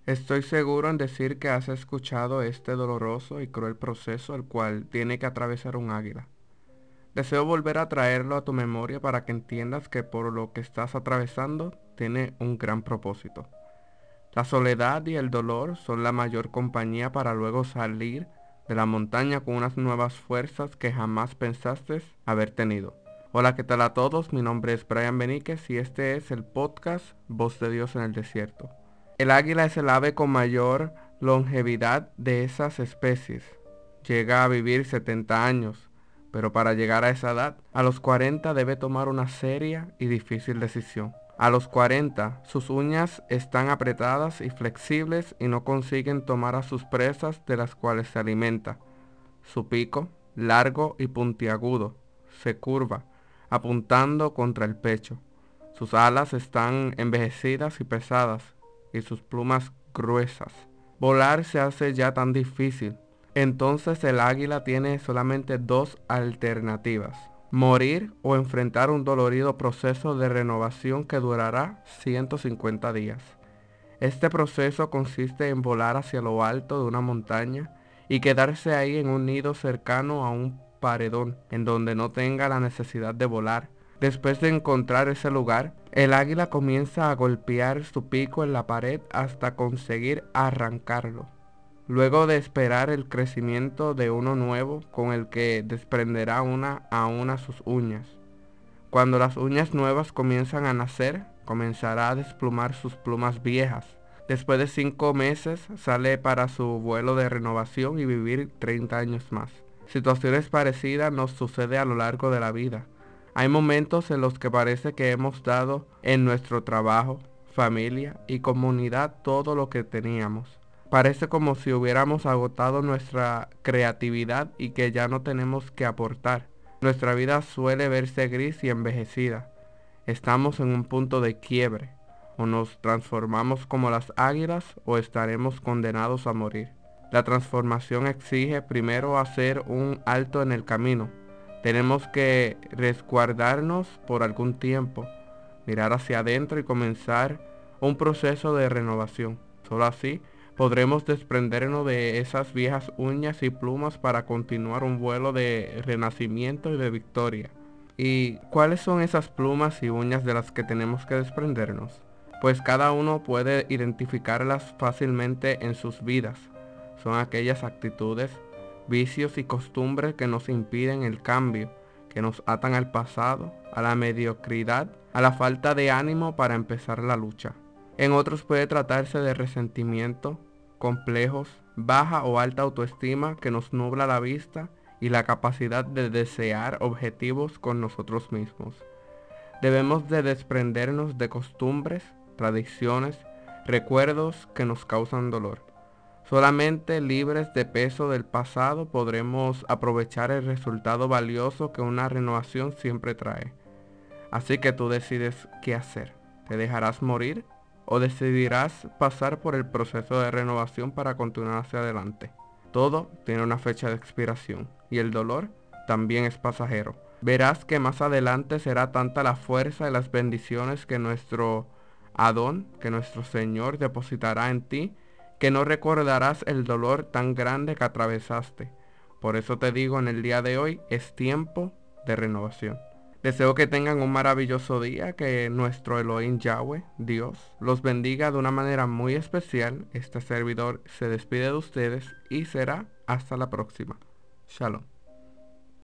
Estoy seguro en decir que has escuchado este doloroso y cruel proceso el cual tiene que atravesar un águila. Deseo volver a traerlo a tu memoria para que entiendas que por lo que estás atravesando tiene un gran propósito. La soledad y el dolor son la mayor compañía para luego salir de la montaña con unas nuevas fuerzas que jamás pensaste haber tenido. Hola, ¿qué tal a todos? Mi nombre es Brian Beníquez y este es el podcast Voz de Dios en el Desierto. El águila es el ave con mayor longevidad de esas especies. Llega a vivir 70 años, pero para llegar a esa edad, a los 40 debe tomar una seria y difícil decisión. A los 40, sus uñas están apretadas y flexibles y no consiguen tomar a sus presas de las cuales se alimenta. Su pico, largo y puntiagudo, se curva, apuntando contra el pecho. Sus alas están envejecidas y pesadas, y sus plumas gruesas. Volar se hace ya tan difícil. Entonces el águila tiene solamente dos alternativas: morir o enfrentar un dolorido proceso de renovación que durará 150 días. Este proceso consiste en volar hacia lo alto de una montaña y quedarse ahí en un nido cercano a un paredón en donde no tenga la necesidad de volar. Después de encontrar ese lugar, el águila comienza a golpear su pico en la pared hasta conseguir arrancarlo. Luego de esperar el crecimiento de uno nuevo con el que desprenderá una a una sus uñas. Cuando las uñas nuevas comienzan a nacer, comenzará a desplumar sus plumas viejas. Después de 5 meses sale para su vuelo de renovación y vivir 30 años más. Situaciones parecidas nos sucede a lo largo de la vida. Hay momentos en los que parece que hemos dado en nuestro trabajo, familia y comunidad todo lo que teníamos. Parece como si hubiéramos agotado nuestra creatividad y que ya no tenemos que aportar. Nuestra vida suele verse gris y envejecida. Estamos en un punto de quiebre. O nos transformamos como las águilas o estaremos condenados a morir. La transformación exige primero hacer un alto en el camino. Tenemos que resguardarnos por algún tiempo, mirar hacia adentro y comenzar un proceso de renovación. Solo así podremos desprendernos de esas viejas uñas y plumas para continuar un vuelo de renacimiento y de victoria. ¿Y cuáles son esas plumas y uñas de las que tenemos que desprendernos? Pues cada uno puede identificarlas fácilmente en sus vidas. Son aquellas actitudes, vicios y costumbres que nos impiden el cambio, que nos atan al pasado, a la mediocridad, a la falta de ánimo para empezar la lucha. En otros puede tratarse de resentimiento, complejos, baja o alta autoestima que nos nubla la vista y la capacidad de desear objetivos con nosotros mismos. Debemos de desprendernos de costumbres, tradiciones, recuerdos que nos causan dolor. Solamente libres de peso del pasado podremos aprovechar el resultado valioso que una renovación siempre trae. Así que tú decides qué hacer. ¿Te dejarás morir o decidirás pasar por el proceso de renovación para continuar hacia adelante? Todo tiene una fecha de expiración y el dolor también es pasajero. Verás que más adelante será tanta la fuerza y las bendiciones que nuestro Adón, que nuestro Señor depositará en ti, que no recordarás el dolor tan grande que atravesaste. Por eso te digo en el día de hoy, es tiempo de renovación. Deseo que tengan un maravilloso día, que nuestro Elohim Yahweh, Dios, los bendiga de una manera muy especial. Este servidor se despide de ustedes y será hasta la próxima. Shalom.